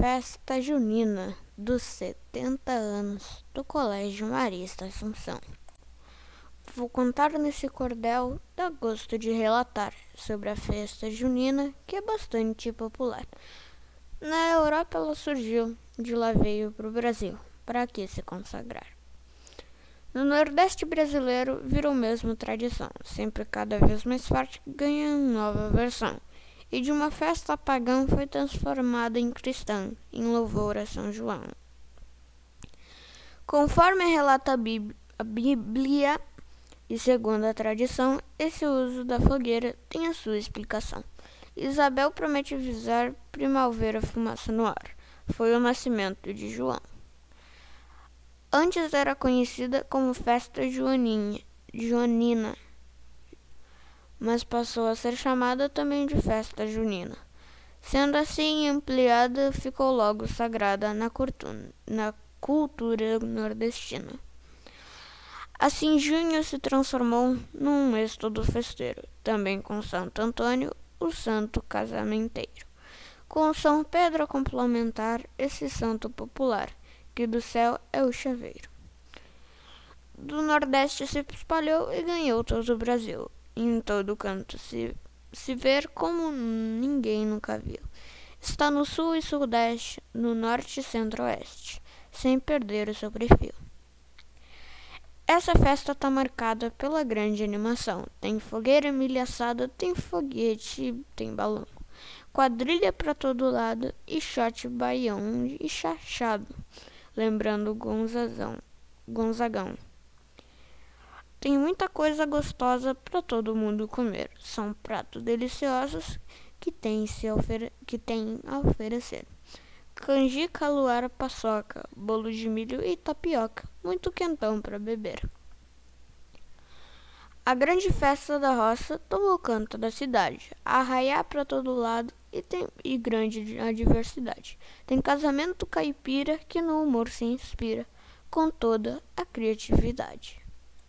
Festa junina dos 70 anos do Colégio Marista Assunção. Vou contar nesse cordel, dá gosto de relatar, sobre a festa junina, que é bastante popular. Na Europa ela surgiu, de lá veio para o Brasil, para aqui se consagrar. No Nordeste brasileiro virou mesmo tradição, sempre cada vez mais forte, ganhando nova versão. E de uma festa pagã foi transformada em cristã, em louvor a São João. Conforme relata a Bíblia, e segundo a tradição, esse uso da fogueira tem a sua explicação. Isabel promete avisar prima ao ver a fumaça no ar. Foi o nascimento de João. Antes era conhecida como festa joanina, mas passou a ser chamada também de festa junina. Sendo assim ampliada, ficou logo sagrada na cultura nordestina. Assim, junho se transformou num mês todo festeiro, também com Santo Antônio, o santo casamenteiro. Com São Pedro a complementar esse santo popular, que do céu é o chaveiro. Do Nordeste se espalhou e ganhou todo o Brasil. Em todo canto se ver como ninguém nunca viu. Está no Sul e Sudeste, no Norte e Centro-Oeste, sem perder o seu perfil. Essa festa está marcada pela grande animação. Tem fogueira, milha assada, tem foguete, tem balão. Quadrilha para todo lado e shot baião e chachado, lembrando Gonzagão. Tem muita coisa gostosa para todo mundo comer. São pratos deliciosos que tem a oferecer. Canjica, luar, paçoca, bolo de milho e tapioca. Muito quentão para beber. A grande festa da roça tomou canto da cidade. Arraiá para todo lado e grande a diversidade. Tem casamento caipira que no humor se inspira, com toda a criatividade.